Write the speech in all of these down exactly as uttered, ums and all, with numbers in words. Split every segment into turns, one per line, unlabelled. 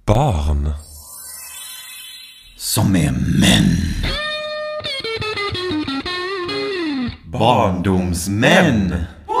barn
som är män. Barndomsmän.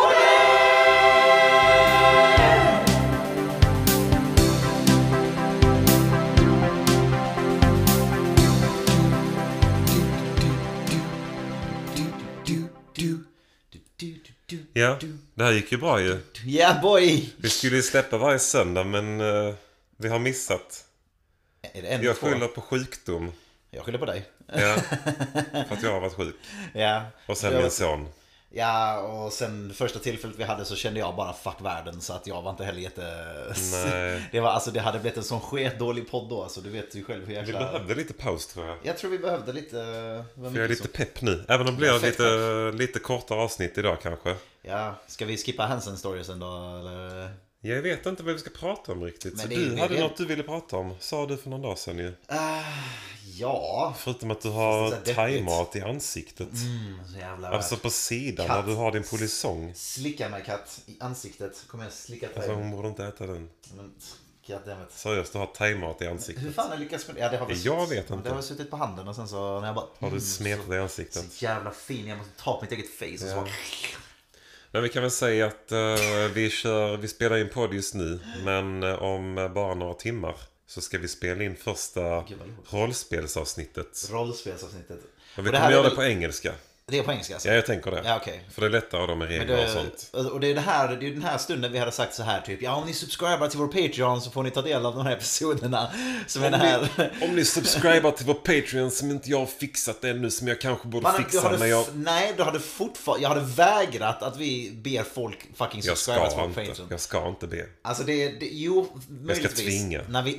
Ja, det här gick ju bra ju.
Yeah boy.
Vi skulle ju släppa varje söndag, men uh, vi har missat.
Är det en
Jag
två?
skyller på sjukdom.
Jag skyller på dig.
Ja, för att jag har varit sjuk.
Ja.
Och sen
jag...
min son.
Ja, och sen första tillfället vi hade så kände jag bara fuck världen. Så att jag var inte heller jätte...
Nej.
Det, var, alltså, det hade blivit en sån sket dålig podd då. Alltså, du vet ju själv hur jäkla...
Vi behövde lite paus, tror jag.
Jag tror vi behövde lite...
För jag är lite så... pepp nu. Även om det blir lite, lite kortare avsnitt idag kanske.
Ja, ska vi skippa Hansen storiesen då? Eller?
Jag vet inte vad vi ska prata om riktigt. Så du hade det... något du ville prata om. Sa du för någon dag sedan ju.
Uh, ja.
Förutom att du har thaimat i ansiktet.
Mm, så jävla
alltså på sidan
katt.
När du har din polisong.
Slicka mig katt i ansiktet. Kommer jag slicka på
alltså hon borde inte äta den.
Men, goddammit.
Seriöst, du har thaimat i ansiktet.
Hur fan har jag lyckats med det? Ja, det har väl
jag
suttit,
vet inte.
Det har suttit på handen och sen så när jag bara...
Har du smetat
mm,
i ansiktet?
Så jävla fin. Jag måste ta på mitt eget face och så
ja.
bara...
Men vi kan väl säga att uh, vi, kör, vi spelar in podd just nu. Men uh, om bara några timmar så ska vi spela in första rollspelsavsnittet.
Rollspelsavsnittet.
Och vi
och
kommer göra
det
det på engelska.
Det är på engelska alltså?
Ja, jag tänker det.
Ja, okay.
För det är lättare då med regler
det,
och sånt.
Och det är, det, här, det är den här stunden vi hade sagt så här typ. Ja, om ni subscriber till vår Patreon så får ni ta del av de här episoderna. Som
om,
är här.
Ni, om ni subscriber till vår Patreon som inte jag har fixat ännu, som jag kanske borde
Man,
fixa.
hade,
men jag...
Nej, du hade fortfarande... Jag hade vägrat att vi ber folk fucking subscribe till vår
inte.
Patreon.
Jag ska inte be.
Alltså det, det jo, möjligtvis.
Jag ska tvinga.
När vi...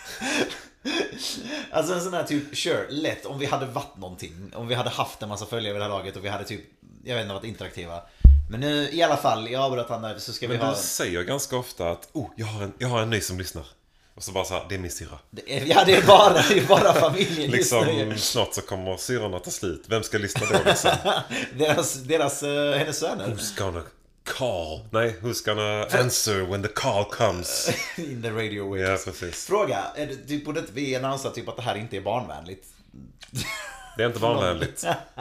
Alltså en sån här typ, sure, lätt. Om vi hade varit någonting. Om vi hade haft en massa följare vid det här laget och vi hade typ, jag vet inte, varit interaktiva. Men nu i alla fall, jag avbröt han där, så ska
men
vi ha...
Men du säger ganska ofta att, oh, jag har en, jag har en ny som lyssnar. Och så bara så här, det är min syrra.
Ja, det är bara, det är bara familjen.
Liksom snart så kommer syrrorna ta slit. Vem ska lyssna då liksom?
deras, deras, uh, hennes söner.
Who's gonna call? Nej, who's gonna answer when the call comes?
In the radio waves.
Ja, precis.
Fråga, är det, typ, borde inte vi annonsera typ att det här inte är barnvänligt?
Det är inte barnvänligt.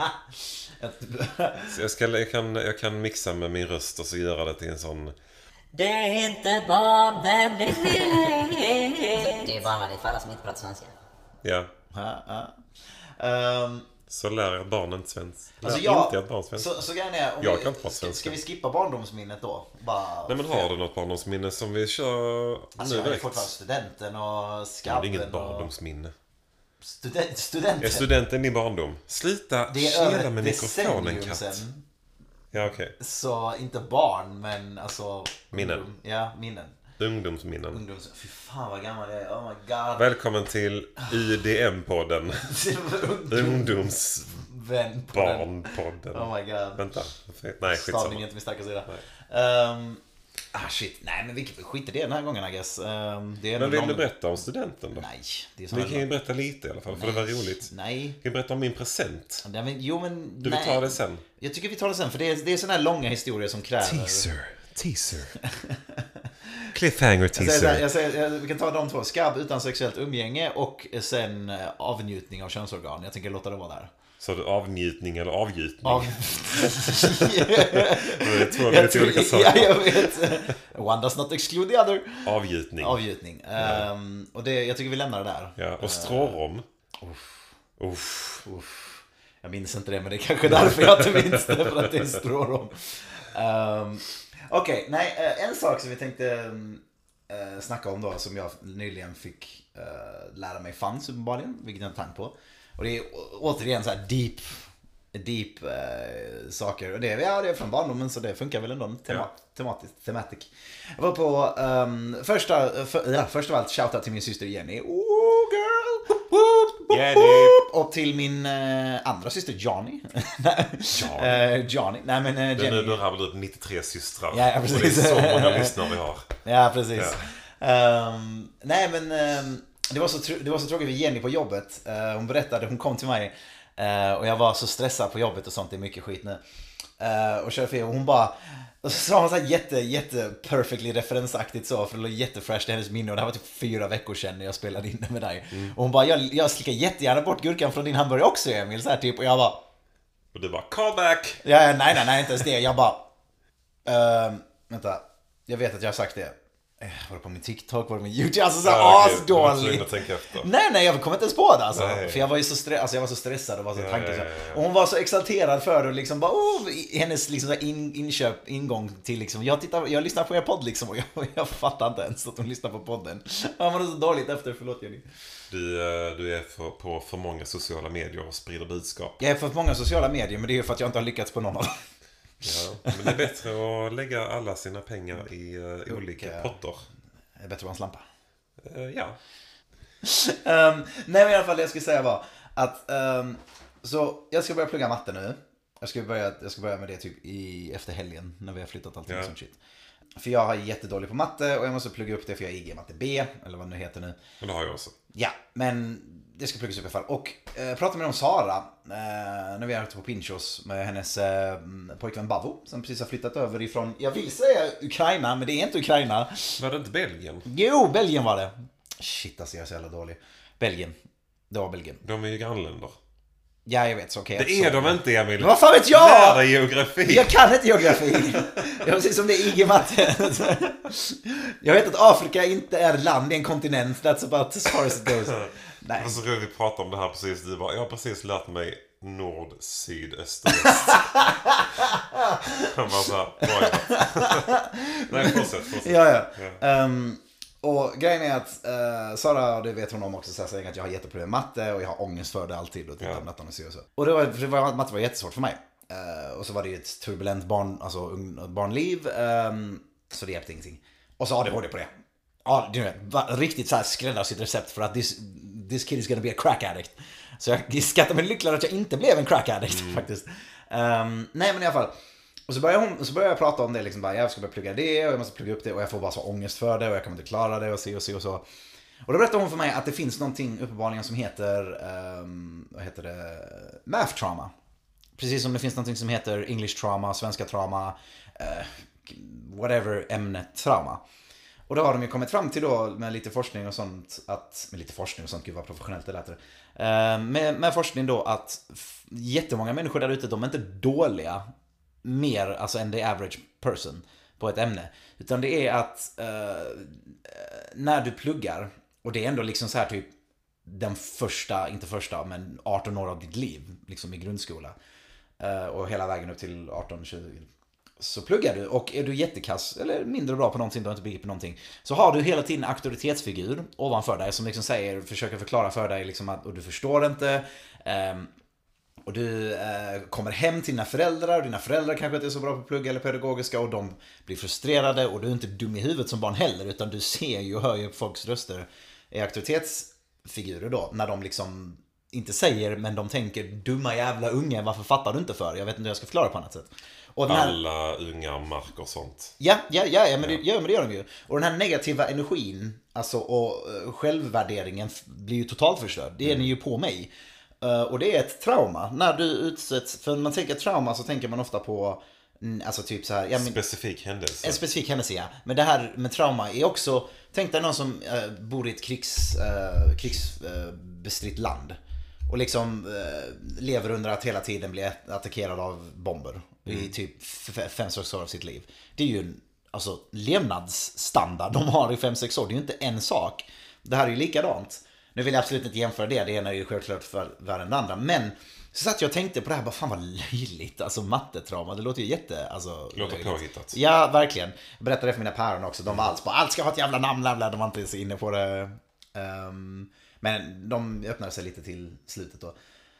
Så jag, ska, jag, kan, jag kan mixa med min röst och så göra det till en sån...
Det är inte barnvänligt. Det är barnvänligt för alla som inte pratar svenska.
Ja.
Ja, ja. Um,
så lär jag barnen svenska.
Alltså jag,
inte barn svenska.
Så, så är, om
jag
vi,
kan inte prata svenska.
Ska vi skippa barndomsminnet då? Bara
Nej, men har du något barndomsminne som vi kör
alltså,
nu
jag
direkt?
Har fortfarande studenten och skabben.
Det är inget barndomsminne.
Student, studenten.
Är studenten din barndom? Slita kila med mikrofonen, katt. Sen. Ja, okej. Okay.
Så inte barn, men alltså...
Minnen.
Ungdom. Ja, minnen.
Ungdomsminnen.
Ungdoms... Fy fan vad gammal det är. Oh my god.
Välkommen till U D M-podden. Ungdoms... Barnpodden.
Oh my god.
Vänta. Nej, skitsamma.
Stavning inte min starka sida. Um, ah shit. Nej, men vi skiter det den här gången, I guess. Um, det är
men vill
någon...
du berätta om studenten då?
Nej. Det är
vi kan ju berätta lite i alla fall, för
nej.
det var roligt.
Nej.
Kan du berätta om min present?
Ja, men, jo, men,
du vill
nej.
ta det sen?
Jag tycker vi tar det sen, för det är, det är såna här långa historier som kräver...
Teaser. Teaser. Cliffhanger teaser.
Jag säger, jag säger, jag, vi kan ta de två. Skabb utan sexuellt umgänge och sen uh, avnjutning av könsorgan. Jag tänker låta det vara där.
Så du avnjutning eller avgjutning?
Av...
det är två väldigt olika saker.
Ja, jag vet. One does not exclude the other.
Avgjutning.
Avgjutning. Ja. Um, och det, jag tycker vi lämnar det där.
Ja, och strårom.
Uh, uff. Uff. Uff. Jag minns inte det, men det är kanske därför jag inte minns det, för att det är strårom. Um, Okej, okay, nej, en sak som vi tänkte uh, snacka om då, som jag nyligen fick uh, lära mig fanns uppenbarligen, vilket jag inte tänkt på. Och det är återigen så här deep, deep uh, saker. Och det är, ja, det är från barndomen, så det funkar väl ändå tema, ja. tematiskt, thematic. Jag var på um, första, för, ja, först av allt shoutout till min syster Jenny. Oh girl!
Jenny!
Och till min uh, andra syster Johnny.
Johnny?
uh, Johnny. Nej, men, uh, Jenny.
Nu, nu har vi upp nittiotre systrar.
Ja, ja, precis.
Och det är så många lyssnare vi har.
Ja, precis. Ja. Um, nej, men um, det, var så, det var så tråkigt för Jenny på jobbet. Uh, hon berättade, hon kom till mig uh, och jag var så stressad på jobbet och sånt, det är mycket skit nu. uh, och körde film och hon bara, och så sa hon så här jätte, jätte perfectly referensaktigt så, för det låg jättefräscht i hennes minne och det här var typ fyra veckor sedan när jag spelade in det med dig. Mm. Och hon bara, jag, jag slickar jättegärna bort gurkan från din hamburgare också Emil, så här typ, och jag bara
och du bara, callback!
Ja, nej, nej, nej, inte ens det, jag bara uh, vänta, jag vet att jag har sagt det. Var det på min TikTok, var det på min YouTube? Alltså så
ja,
asdåligt. Nej, nej, jag kom inte ens på det alltså.
Nej.
För jag var ju så, stre- alltså, jag var så stressad och var så
ja,
tankig.
Ja, ja, ja.
Och hon var så exalterad för det och liksom bara, oh, hennes liksom in, inköp, ingång till liksom, jag tittar, jag lyssnar på er podd liksom och jag, jag fattar inte ens att hon lyssnar på podden. Ja, men det är så dåligt efter, förlåt Jenny.
Du, du är för, på för många sociala medier och sprider budskap.
Jag är för många sociala medier, men det är ju för att jag inte har lyckats på någon av dem.
Ja, men det är bättre att lägga alla sina pengar i uh, olika och, potter.
Det är bättre att vara en slampa.
Uh, ja.
um, nej, men i alla fall det jag skulle säga var att um, så jag ska börja plugga matte nu. Jag ska börja, jag ska börja med det typ i, efter helgen när vi har flyttat allting, ja. Sånt shit. För jag har jättedålig på matte och jag måste plugga upp det för jag är I G matte B, eller vad det nu heter nu.
Men det har jag också.
Ja, men det ska pluggas upp i alla fall. Och eh, prata med om Sara eh, när vi är ute på Pinchos med hennes eh, pojkvän Bavo som precis har flyttat över ifrån, jag vill säga Ukraina, men det är inte Ukraina.
Var det inte Belgien?
Jo, Belgien var det. Shit, alltså jag är så jävla dålig. Belgien. Det var Belgien.
De är ju grannländer.
Ja, jag vet, så okej.
Okay, det är de inte, Emil.
Vad fan vet jag?
Lär dig geografi.
Jag kan inte geografi. Jag är precis som det är I G-matte. Jag vet att Afrika inte är land, det är en kontinent. That's about as far as it goes. Nej.
Och så ska vi prata om det här precis. Du bara, jag har precis lärt mig nord, syd, öst och väst. Han bara så här, nej, fortsätt, fortsätt.
Ja, ja. ja. Um, och grejen är att uh, Sara, det vet hon om också, så här, att jag har jätteproblem med matte och jag har ångest för det alltid och tittar på natten och så och så. Och det var, för det var, matte var jättesvårt för mig. Uh, och så var det ju ett turbulent barn, alltså, un, barnliv, um, så det hjälpte ingenting. Och så A D H D på det. Ja, du vet, riktigt så här skräddarsytt recept för att this, this kid is gonna be a crack addict. Så jag skattar mig lycklig att jag inte blev en crack addict mm. faktiskt. Um, nej, men i alla fall. Och så börjar, hon, så börjar jag prata om det liksom bara, jag ska börja plugga det och jag måste plugga upp det och jag får bara så ångest för det och jag kommer inte klara det och se och se och så. Och då berättar hon för mig att det finns någonting uppenbarligen som heter um, vad heter det? Math trauma. Precis som det finns någonting som heter English trauma, svenska trauma, uh, whatever ämnet trauma. Och då har de ju kommit fram till då med lite forskning och sånt att, med lite forskning och sånt, gud vad professionellt det lät det. Uh, med, med forskning då att f- jättemånga människor där ute, de är inte dåliga mer alltså än the average person på ett ämne. Utan det är att uh, när du pluggar, och det är ändå liksom så här typ den första, inte första, men arton år av ditt liv liksom i grundskola. Uh, och hela vägen upp till arton tjugo. Så pluggar du och är du jättekass eller mindre bra på någonting, du har inte byggt på någonting, så har du hela tiden en auktoritetsfigur ovanför dig som liksom säger, försöker förklara för dig liksom att, och du förstår inte um, och du eh, kommer hem till dina föräldrar och dina föräldrar kanske inte är så bra på plugga eller pedagogiska och de blir frustrerade och du är inte dum i huvudet som barn heller, utan du ser ju och hör ju folks röster är auktoritetsfigurer då när de liksom inte säger, men de tänker, dumma jävla unge, varför fattar du inte för? Jag vet inte hur jag ska förklara på annat sätt. Och den här...
Alla unga märker sånt.
Ja, ja, ja, ja, men, det, ja, men det gör de ju. Och den här negativa energin alltså, och uh, självvärderingen blir ju totalt förstörd. Det är mm. ni ju på mig. Uh, och det är ett trauma. När du utsätts, för när man tänker trauma så tänker man ofta på alltså typ så här, ja, men,
specifik händelse.
En specifik händelse, ja. Men det här med trauma är också, tänk dig någon som uh, bor i ett krigs, uh, krigsbestritt uh, land. Och liksom eh, lever under att hela tiden bli attackerad av bomber mm. i typ fem sex år av sitt liv. Det är ju en alltså, levnadsstandard de har i fem sex år. Det är ju inte en sak. Det här är ju likadant. Nu vill jag absolut inte jämföra det. Det ena är ju självklart för världen det andra. Men så satt jag och tänkte på det här. Bara, fan vad löjligt. Alltså mattetrauma. Det låter ju jätte... Alltså,
det låter påhittat.
Ja, verkligen. Jag berättade det för mina päron också. De var alls bara, allt ska ha ett jävla namn. De var inte så inne på det. Um, Men de öppnade sig lite till slutet då.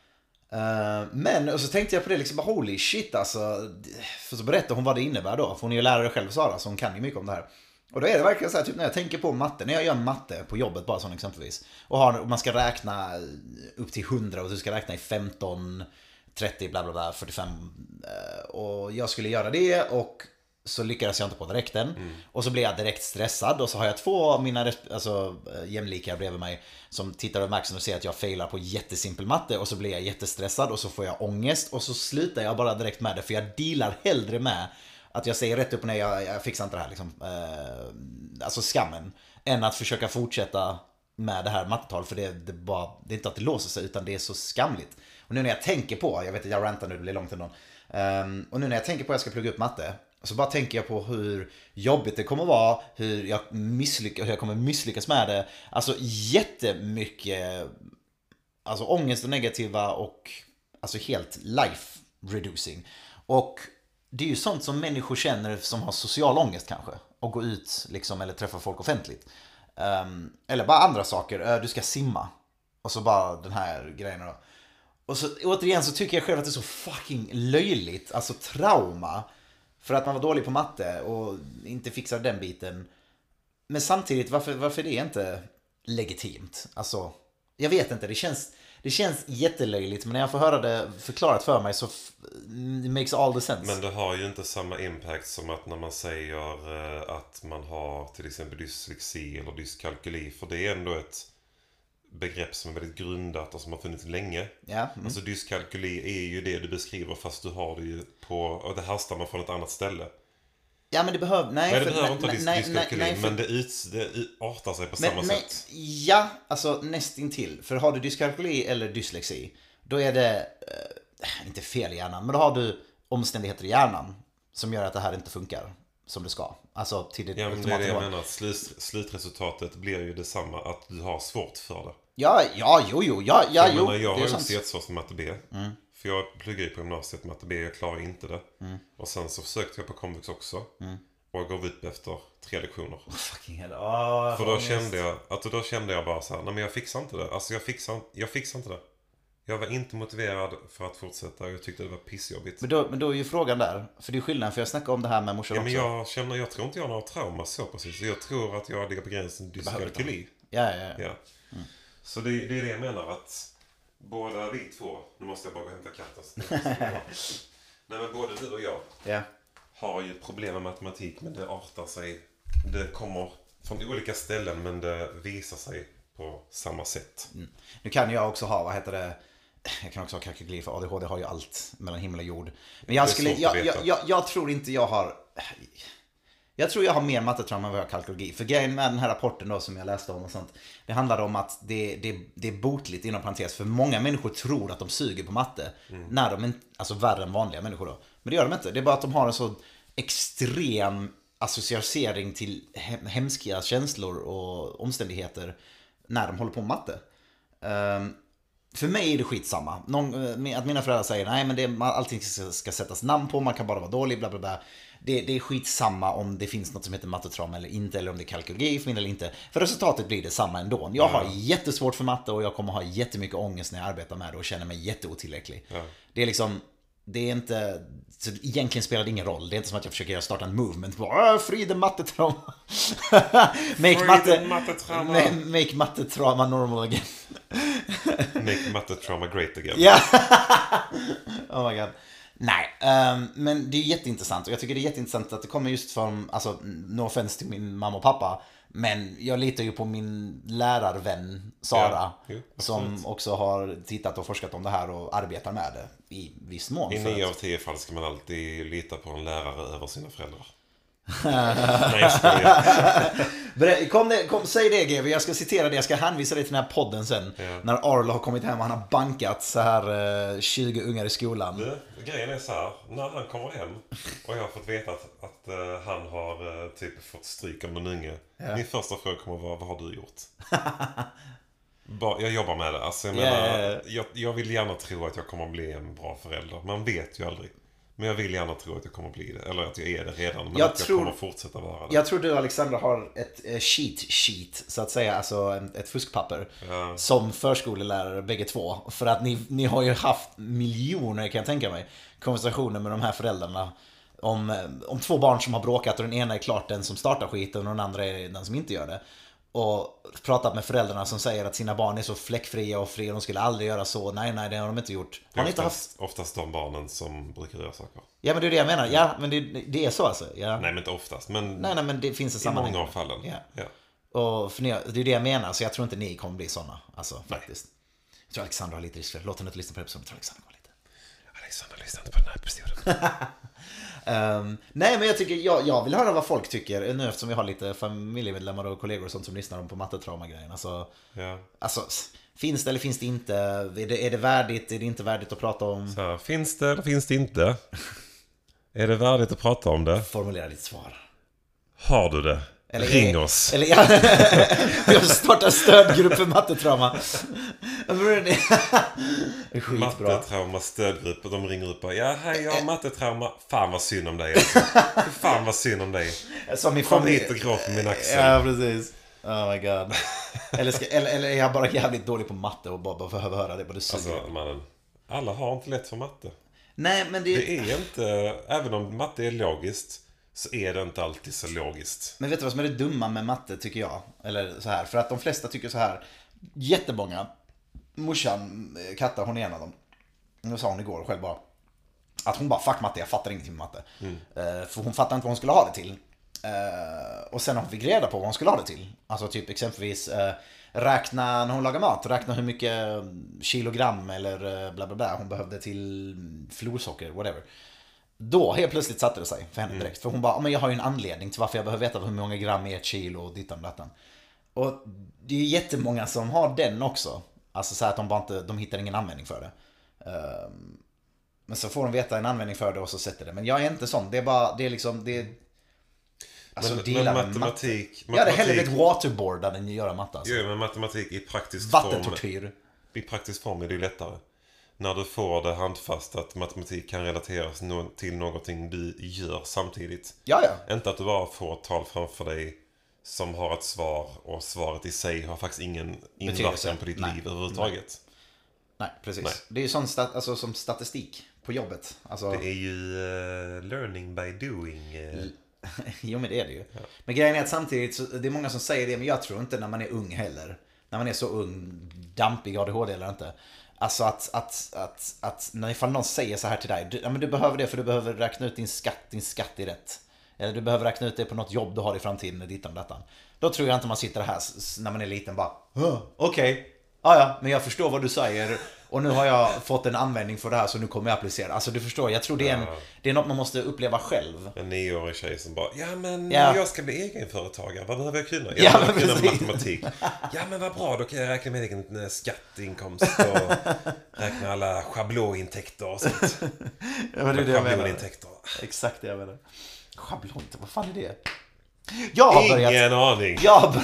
Uh, men, och så tänkte jag på det liksom, holy shit alltså. För så berättade hon vad det innebär då. För hon är ju lärare själv, Sara, så hon kan ju mycket om det här. Och då är det verkligen så här, typ när jag tänker på matte, när jag gör matte på jobbet bara som exempelvis. Och, har, och man ska räkna upp till hundra och du ska räkna i femton, trettio, bla bla bla, fyrtiofem. Uh, och jag skulle göra det och så lyckades jag inte på direkten. Mm. Och så blir jag direkt stressad. Och så har jag två av mina alltså, jämlika bredvid mig som tittar över maxen och ser att jag failar på jättesimpel matte. Och så blir jag jättestressad och så får jag ångest. Och så slutar jag bara direkt med det. För jag dealar hellre med att jag säger rätt upp och ner, jag, jag fixar inte det här liksom. eh, Alltså skammen. Än att försöka fortsätta med det här mattetal. För det, det, bara, det är inte att det låser sig, utan det är så skamligt. Och nu när jag tänker på, jag vet att jag rantar nu, det blir långt ändå. um, Och nu när jag tänker på att jag ska plugga upp matte, så bara tänker jag på hur jobbigt det kommer vara, hur jag, misslyckas, hur jag kommer misslyckas med det. Alltså jättemycket alltså ångest och negativa och alltså helt life reducing. Och det är ju sånt som människor känner som har social ångest kanske. Och gå ut liksom, eller träffa folk offentligt. Um, eller bara andra saker. Du ska simma. Och så bara den här grejen då. Och så återigen så tycker jag själv att det är så fucking löjligt. Alltså trauma. För att man var dålig på matte och inte fixar den biten. Men samtidigt, varför, varför det är inte legitimt? Alltså, jag vet inte. Det känns, det känns jättelöjligt. Men när jag får höra det förklarat för mig så f- it makes all the sense.
Men det har ju inte samma impact som att när man säger att man har till exempel dyslexi eller dyskalkyli. För det är ändå ett begrepp som är väldigt grundat och som har funnits länge.
Ja, mm.
Alltså dyskalkyli är ju det du beskriver, fast du har det ju på, och det härstammar från ett annat ställe.
Ja, men det behöver, nej,
nej, det
för,
behöver
nej,
inte
nej,
dys-
nej,
dyskalkyli,
nej, för,
men det, ut, det artar sig på
men,
samma
men,
sätt.
Ja, alltså nästintill. För har du dyskalkyli eller dyslexi, då är det äh, inte fel i hjärnan, men då har du omständigheter i hjärnan som gör att det här inte funkar som det ska. Alltså till det,
ja, men det är det jag menar. Slut, slutresultatet blir ju detsamma, att du har svårt för det.
Ja, ja, jo, jo, ja, ja,
jag
jo.
Menar, jag
det
har
är
också jättesvårt för matte B. Mm. För jag pluggar ju på gymnasiet matte B, jag klarar inte det. Mm. Och sen så försökte jag på komvux också. Mm. Och jag gav upp efter tre lektioner.
Oh, fucking hell. Oh,
för då kände jag att då kände jag bara så här, nej men jag fixar inte det. Alltså jag fixar, jag fixar inte det. Jag var inte motiverad för att fortsätta. Jag tyckte det var pissjobbigt.
Men då, men då är ju frågan där. För det är skillnad, för jag snackade om det här med morsan
ja,
också.
Men jag känner, jag tror inte jag har några trauma så precis. Jag tror att jag ligger på gränsen dyskalkyli.
Ja, ja, ja.
ja. Mm. Så det, det är det jag menar, att båda vi två, nu måste jag bara gå och hämta katten. Nej, men både du och jag
ja.
har ju problem med matematik, men det artar sig. Det kommer från olika ställen, men det visar sig på samma sätt.
Mm. Nu kan jag också ha, vad heter det, jag kan också ha kalkyli, för A D H D har ju allt mellan himmel och jord. Men jag skulle, jag, jag, jag, jag tror inte jag har, jag tror jag har mer mattetrauma än vad jag har kalkyli. För grejen med den här rapporten då som jag läste om och sånt, det handlade om att det, det, det är botligt inom parentes. För många människor tror att de suger på matte. Mm. När de inte, alltså värre än vanliga människor då. Men det gör de inte. Det är bara att de har en så extrem associering till hemska känslor och omständigheter när de håller på med matte. Um, För mig är det skitsamma. Någon, att mina föräldrar säger nej men det, allting ska, ska sättas namn på, man kan bara vara dålig, bla bla bla. Det, det är skitsamma om det finns något som heter mattetrauma eller inte, eller om det är kalkyli för min eller inte. För resultatet blir det samma ändå. Jag har jättesvårt för matte och jag kommer ha jättemycket ångest när jag arbetar med det och känner mig jätteotillräcklig. Ja. Det är liksom, det är inte, så egentligen spelar det ingen roll. Det är inte som att jag försöker starta en movement. Bara, free the mattetrauma. make matte,
mattetrauma.
Make mattetrauma normal again.
Make mattetrauma great again.
Ja. Oh my god. Nej, um, men det är jätteintressant. Och jag tycker det är jätteintressant att det kommer just från, alltså, no offense till min mamma och pappa, men jag litar ju på min lärarvän Sara, ja, jo, som också har tittat och forskat om det här och arbetar med det i viss mån.
I nio av tio fall ska man alltid lita på en lärare över sina föräldrar. Nej, jag skojar.
kom det, kom, säg det G V, jag ska citera det, jag ska hänvisa dig till den här podden sen, ja. När Arlo har kommit hem och han har bankat så här eh, tjugo ungar i skolan.
Det, grejen är så här, när han kommer hem och jag har fått veta att, att uh, han har uh, typ fått stryk av någon unge, ja. Min första fråga kommer vara, vad har du gjort? Ba, jag jobbar med det, alltså, jag,
yeah.
menar, jag, jag vill gärna tro att jag kommer bli en bra förälder. Man vet ju aldrig. Men jag vill gärna tro att jag kommer bli det. Eller att jag är det redan. Men
jag
att jag
tror,
kommer fortsätta vara det.
Jag tror du och Alexandra har ett uh, cheat sheet, så att säga. Alltså ett fuskpapper. Ja. Som förskolelärare bägge två. För att ni, ni har ju haft miljoner, kan jag tänka mig, konversationer med de här föräldrarna. Om, om två barn som har bråkat och den ena är klart den som startar skiten och den andra är den som inte gör det. och pratat med föräldrarna som säger att sina barn är så fläckfria och fria, de skulle aldrig göra så. Nej, nej, det har de inte gjort.
Det är
Har ni
oftast,
inte haft...
oftast de barnen som brukar göra saker.
Ja, men det är det jag menar. Ja, men det, det är så alltså. Ja.
Nej, men inte oftast. Men
Nej, nej, men det finns en
i
sammanhang.
många av fallen.
Ja.
Ja.
Och för ni, det är det jag menar, så jag tror inte ni kommer bli såna. Alltså, faktiskt. Jag tror Alexandra har lite risk för det. Låt henne inte lyssna på episoden. Jag tror Alexandra går lite.
Alexandra lyssnar inte på den här episoden.
um, nej, men jag tycker jag, jag vill höra vad folk tycker nu, eftersom vi har lite familjemedlemmar och kollegor och sånt som lyssnar på mattetrauma-grejen. Alltså,
Ja.
alltså, finns det eller finns det inte? Är det, är det värdigt? Är det inte värdigt att prata om?
Så här, finns det eller finns det inte? Är det värdigt att prata om det?
Formulera ditt svar.
Har du det?
Eller
Ring
är,
oss.
Eller ja, jag startar stödgrupp för mattetrauma. Det är skitbra.
Mattetrauma stödgrupp, och de ringer upp och ja, hej, jag har mattetrauma. Fan vad synd om dig. Alltså. Fan vad synd om dig.
Som i
Kom
familj...
hit och grå på min axel.
Ja, precis. Oh my god. Eller, ska, eller, eller är jag bara jävligt dålig på matte och bara, bara behöver höra det på det suger.
Alltså, mannen, alla har inte lätt för matte.
Nej, men det...
Det är inte, även om matte är logiskt, så är det inte alltid så logiskt.
Men vet du vad som är det dumma med matte, tycker jag? Eller så här, för att de flesta tycker så här. Jättemånga. Morsan, Katta, hon är en av dem. Nu sa hon igår själv bara att hon bara, fuck matte, jag fattar ingenting med matte. Mm. För hon fattar inte vad hon skulle ha det till. Och sen hon fick reda på vad hon skulle ha det till. Alltså typ exempelvis räkna när hon lagar mat. Räkna hur mycket kilogram eller bla bla bla hon behövde till florsocker, whatever. Då helt plötsligt satte det sig för henne direkt. Mm. För hon bara, men jag har ju en anledning till varför jag behöver veta hur många gram är ett kilo och dittan dattan. Och det är jättemånga som har den också. Alltså så här att de bara inte, de hittar ingen användning för det. Um, men så får de veta en användning för det och så sätter det. Men jag är inte sån. Det är bara, det är liksom, det är... Alltså
men, men matematik, matematik...
Jag hade hellre ett waterboard än att göra matte. Alltså.
Jo, men matematik i praktisk
Vattentortyr.
form... I praktisk form är det ju lättare. När du får det handfast att matematik kan relateras till någonting du gör samtidigt.
Ja, ja.
Inte att du bara får ett tal framför dig som har ett svar och svaret i sig har faktiskt ingen inverkan på ditt
Nej.
liv överhuvudtaget.
Nej, precis.
Nej.
Det är ju sån stat- alltså, som statistik på jobbet. Alltså...
Det är ju uh, learning by doing. Uh.
Jo, men det är det ju.
Ja.
Men grejen är att samtidigt, så, det är många som säger det, men jag tror inte när man är ung heller. När man är så ung, dampig A D H D eller inte. Alltså att, att, att, att när ifall någon säger så här till dig, du, ja, men du behöver det för du behöver räkna ut din skatt, din skatt är rätt. Eller du behöver räkna ut det på något jobb du har i framtiden med dittan och dattan. Då tror jag inte man sitter här när man är liten bara, okej, okay. ah, ja, men jag förstår vad du säger och nu har jag fått en användning för det här så nu kommer jag applicera. Alltså du förstår, jag tror det är, en,
ja.
det är något man måste uppleva själv.
En nioårig tjej som bara, ja men
ja.
jag ska bli egenföretagare, vad behöver jag kunna? Jag
ja,
behöver kunna matematik. Ja men vad bra, då kan jag räkna med egen skattinkomst och räkna alla schablonintäkter och sånt.
Ja, men det är det jag menar. Exakt det jag menar. Schablonintäkter, vad fan är det? Jag har börjat,
Ingen aning.
Jag har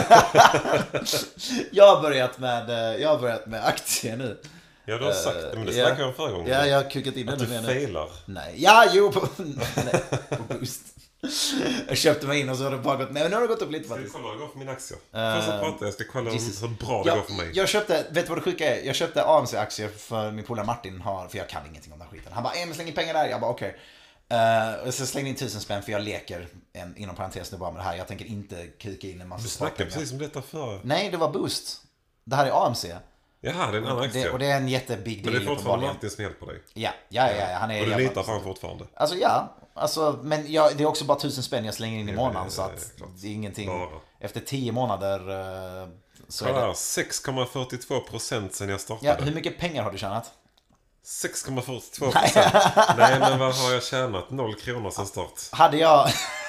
börjat, jag har börjat med jag har börjat med aktier nu.
Ja, du har sagt det, men det snackade jag om förra gången.
Ja, jag har kukat in det nu.
Att du failar.
Nej, ja, jo, på, nej, på boost. Jag köpte mig in och så har det bara gått, nej, men nu har det gått upp lite faktiskt.
Ska vi kolla hur det går för min aktie?
Uh,
Först att prata, jag ska kolla
Jesus.
hur bra det
jag,
går för mig.
Jag köpte, vet du vad det sjuka är? Jag köpte A M C-aktier för min polare Martin har, för jag kan ingenting om den här skiten. Han bara, men släng in pengar där. Jag bara, okej. Okay. Uh, och så slängde in tusen spänn för jag leker en, inom parentes nu bara med det här. Jag tänker inte kika in en massa.
Du snackade precis om detta för.
Nej, det var Boost. Det här är A M C.
Jaha, det är en annan aktie.
Det, och det är en jättebig deal.
Men det är fortfarande Martin som hjälper dig.
Ja, ja, ja, ja. Han är,
och du
jag,
litar på han fortfarande.
Alltså ja, alltså, men jag, det är också bara tusen spänn jag slänger in i månaden. Så att det är, det är ingenting. Bara. Efter tio månader uh, så
Kolla
är det...
här, sex komma fyrtiotvå procent sen jag startade.
Ja, hur mycket pengar har du tjänat?
sex komma fyrtiotvå procent. Nej, men vad har jag tjänat? Noll kronor sen start.
Hade jag...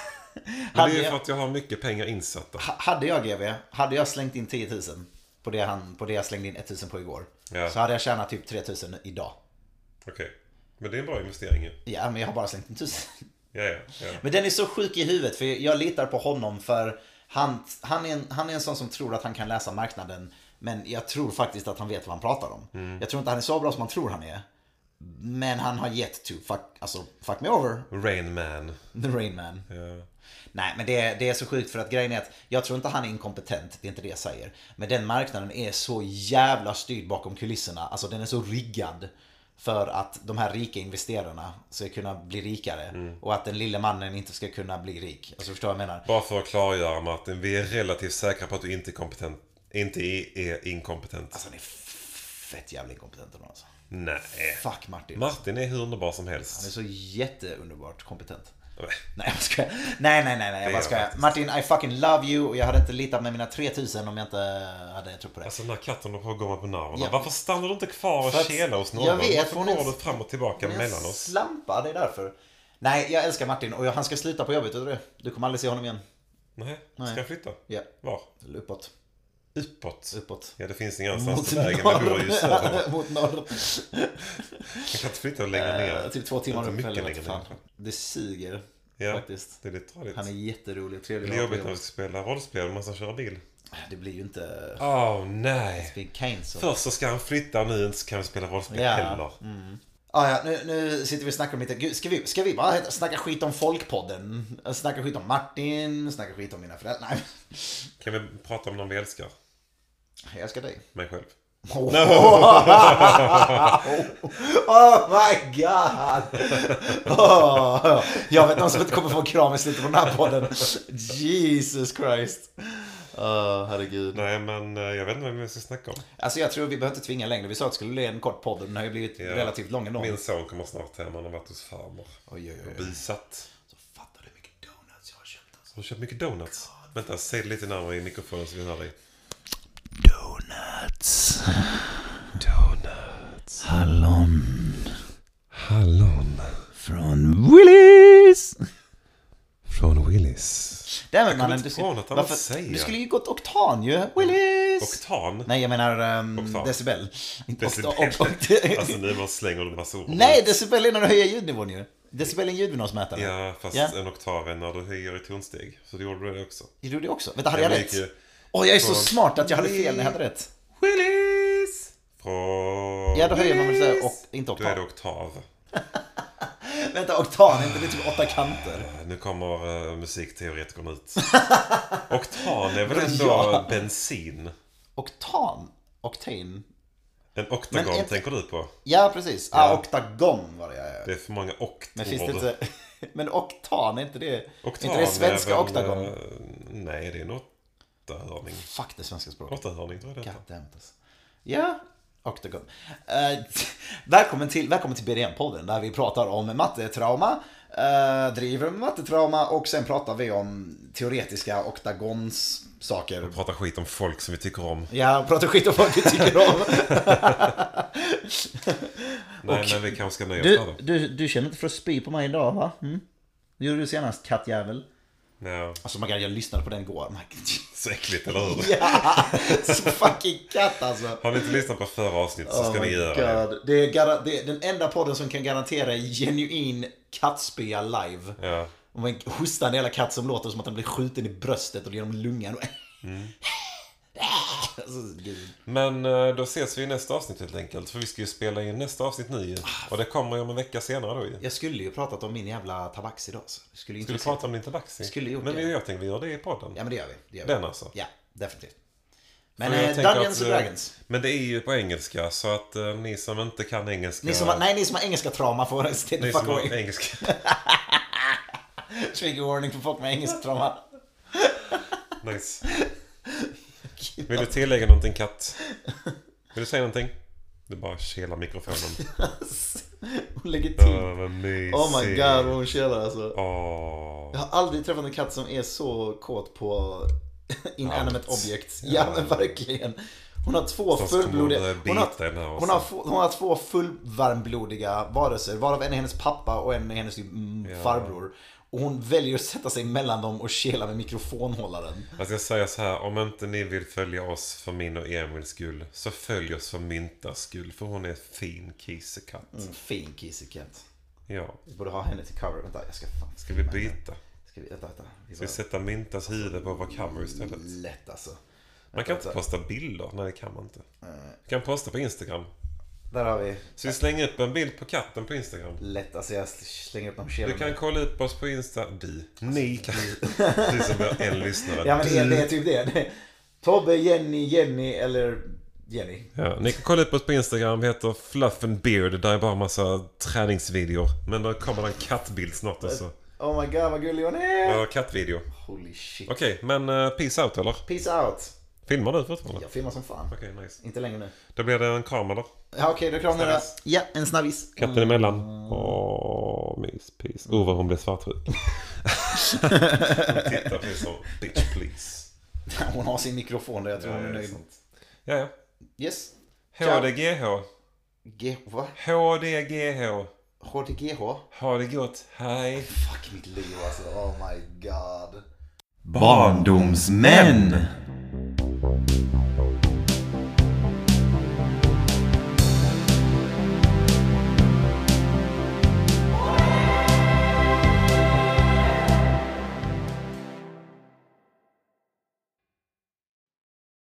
Men det är ju för att jag har mycket pengar insatta.
Hade jag G V, hade jag slängt in tio tusen på det, han, på det jag slängde in tusen på igår.
Ja.
Så hade jag tjänat typ tre tusen idag.
Okej, okay. Men det är en bra investering.
Ja, men jag har bara slängt in tusen.
Ja, ja, ja.
Men den är så sjuk i huvudet, för jag litar på honom för han, han, är en, han är en sån som tror att han kan läsa marknaden. Men jag tror faktiskt att han vet vad han pratar om. Mm. Jag tror inte han är så bra som man tror han är. Men han har gett to fuck, alltså, fuck me over.
Rain Man.
The Rain Man.
Ja.
Nej, men det, det är så sjukt för att grejen är att jag tror inte han är inkompetent, det är inte det jag säger. Men den marknaden är så jävla styrd bakom kulisserna. Alltså den är så riggad för att de här rika investerarna ska kunna bli rikare mm. och att den lilla mannen inte ska kunna bli rik. Alltså förstår vad jag menar?
Bara för att klargöra, Martin, vi är relativt säkra på att du inte är kompetent. Inte är inkompetent.
Alltså han är fett jävla inkompetent alltså.
Nej.
Fuck Martin.
Martin är hur underbar som helst.
Han är så jätteunderbart kompetent. Nej, nej, jag ska... nej, nej, nej, nej, jag bara ska... Martin, I fucking love you. Och jag hade inte litat med mina tre tusen om jag inte hade trott på det.
Alltså den här katten har gått på nerverna.
Ja.
Varför stannar du inte kvar och kela hos någon?
Jag vet.
Varför går du fram och tillbaka mellan oss?
Slampa, det är därför. Nej, jag älskar Martin och han ska sluta på jobbet, vet du. Du kommer aldrig se honom igen.
Nej, ska
nej.
jag flytta?
Ja.
Var?
Uppåt.
Uppåt?
Uppåt.
Ja, det finns ingen annanstans på vägen. Men bor ju söder.
Mot norr.
Jag kan inte flytta längre ner.
Uh, typ två timmar upp.
Mycket längre ner.
Det suger.
Ja,
faktiskt.
Det är lite tråkigt.
Han är jätterolig och trevlig.
Det är jobbigt när vi ska spela rollspel och man ska köra bil.
Det blir ju inte...
Åh, oh, nej.
Cancel.
Först så ska han flytta och nu kan vi spela rollspel
ja.
heller.
Mm. Ah, ja, nu, nu sitter vi och snackar om lite... Gud, ska, vi, ska vi bara snacka skit om Folkpodden? Snacka skit om Martin? Snacka skit om mina föräldrar? Nej.
Kan vi prata om någon vi älskar?
Jag älskar dig.
Mig själv.
Oh, oh my god. Oh, jag vet någon som inte kommer få en kram i slutet på den här podden. Jesus Christ. Oh, herregud.
Nej, men jag vet inte vad vi ska snacka om.
Alltså jag tror vi behöver inte tvinga längre. Vi sa att det skulle bli en kort podd och den har ju blivit ja, relativt lång ändå.
Min son kommer snart hem. Han har varit hos farmor.
Oj, oj, oj.
Och bisatt.
Så fattar du hur mycket donuts jag har köpt alltså.
Har du köpt mycket donuts? God. Vänta, säg det lite närmare i mikrofonen så vi hör dig.
Donuts.
Donuts.
Hallon.
Hallon.
Från Willys.
Från Willys.
Där mannen, du,
varför,
du skulle ju gått oktan ju. Willys.
Oktan?
Nej, jag menar um, decibel.
Decibel.
Och, och, och,
alltså nu var slänger du massa ord.
Nej, decibel är när du höjer ljudnivån ju. Decibel är en ljudnivåsmätare.
Ja, fast ja. En oktav är när du höjer i tonsteg. Så du gjorde det också.
Gjorde du det också? Vänta, hade jag, jag rätt? Åh, oh, jag är så smart att jag hade fel när jag hade rätt.
Willys! Från...
Ja, då höjer man väl så och inte oktav.
Då är det oktav.
Vänta, oktan, inte det typ åtta kanter?
Nu kommer uh, musikteoretikern ut. Oktan är väl ändå ja. bensin?
Oktan? Oktan?
En oktagon en... tänker du på?
Ja, precis. Ja. Ah, oktagon var det jag.
Det är för många oktord.
Men finns det inte... Men oktan, är inte det...
Oktan
inte det svenska
väl...
oktagon?
Nej, det är en åttahörning.
Fuck det svenska språket.
Åttahörning, tror jag det
heter. Ja, oktagon. Uh, välkommen till, välkommen till B D M-podden där vi pratar om mattetrauma, uh, driver med mattetrauma och sen pratar vi om teoretiska oktagons saker.
Och pratar skit om folk som vi tycker om.
Ja, pratar skit om folk vi tycker om.
Nej,
och
men vi kanske ska nöja
du,
oss
du, du, du känner inte för att spy på mig idag, va? Mm? Det gjorde du senast, kattjävel.
Ja.
Alltså man kan, jag lyssnade på den igår.
Så äckligt, eller hur?
Ja, så fucking katt alltså.
Har ni inte lyssnat på förra avsnittet så ska
oh
ni göra det.
Det är, gar- det är den enda podden som kan garantera genuin kattspya live.
Ja.
Om en hostande jävla katt som låter som att den blir skjuten i bröstet och genom lungan.
Mm.
Alltså,
men då ses vi i nästa avsnitt helt enkelt. För vi ska ju spela in nästa avsnitt nu. Och det kommer ju om en vecka senare då ju.
Jag skulle ju pratat om min jävla tabaxi då. Så.
Skulle du prata om din tabaxi?
Skulle gjort
men
det.
jag tänkte vi gör det i podden.
Ja, men det gör vi. Det gör
Den
vi.
alltså?
Ja, definitivt. Men eh, Dungeons and Dragons.
Men det är ju på engelska. Så att eh, ni som inte kan engelska...
Ni som har, nej, ni som har engelska trauma får stay the
fuck
fuck
away.
away.
Ni som har engelska.
Trigger warning för folk med engelska trauma.
Nice. Vill du tillägga någonting, katt? Vill du säga någonting? Du bara kelar mikrofonen.
Hon lägger till.
Oh,
oh my god, vad hon kelar alltså.
Oh.
Jag har aldrig träffat en katt som är så kåt på inanimate objects. Ja,
ja,
men verkligen. Hon har två fullblodiga hon har, hon, har, hon har två fullvarmblodiga varelser, varav en är hennes pappa och en är hennes mm, ja. farbror. Och hon väljer att sätta sig mellan dem och kela med mikrofonhållaren.
Alltså jag säger så här, om inte ni vill följa oss för min och Emils skull, så följ oss för Myntas skull. För hon är en fin kissekatt.
Mm, fin kissekatt.
Ja.
Vi borde ha henne till cover. Vänta, jag ska fan.
Ska vi byta?
Ska vi, vänta, vänta.
Vi ska vi sätta Myntas huvud på vår cover istället?
Lätt alltså.
Man kan inte posta bilder. Nej, det kan man inte. Du kan posta på Instagram.
Där har vi.
Så vi slänger upp en bild på katten på Instagram.
Lätt, alltså jag slänger upp dem själv.
Du kan kolla upp oss på Insta. Du. Ni kan. Du som har en lyssnare.
Ja, men det är, det är typ det. Tobbe, Jenny, Jenny eller Jenny.
Ja, ni kan kolla upp oss på Instagram. Vi heter Fluff and Beard. Där är bara en massa träningsvideor. Men då kommer det en kattbild snart också.
Oh my god, vad gullig hon är!
Ja, kattvideo.
Holy shit.
Okej, okay, men uh, peace out eller?
Peace out.
Filmar du fortfarande?
Jag filmar som fan.
Okej, okay, nice.
Inte längre nu.
Då blir det en kram eller?
Ja, okej, okay, då kramar jag. Ja, en snabbis.
Katten emellan. Åh, mys, peace. Oh, vad hon blev svartsjuk. Hon tittar på mig så, bitch please.
Hon har sin mikrofon där, jag tror
ja,
hon är nöjd.
Ja, ja.
Yes.
H D G H.
G, va?
H D G H.
H D G H?
Ha det gott, hej.
Fuck mitt liv alltså, oh my god.
Barndomsmän.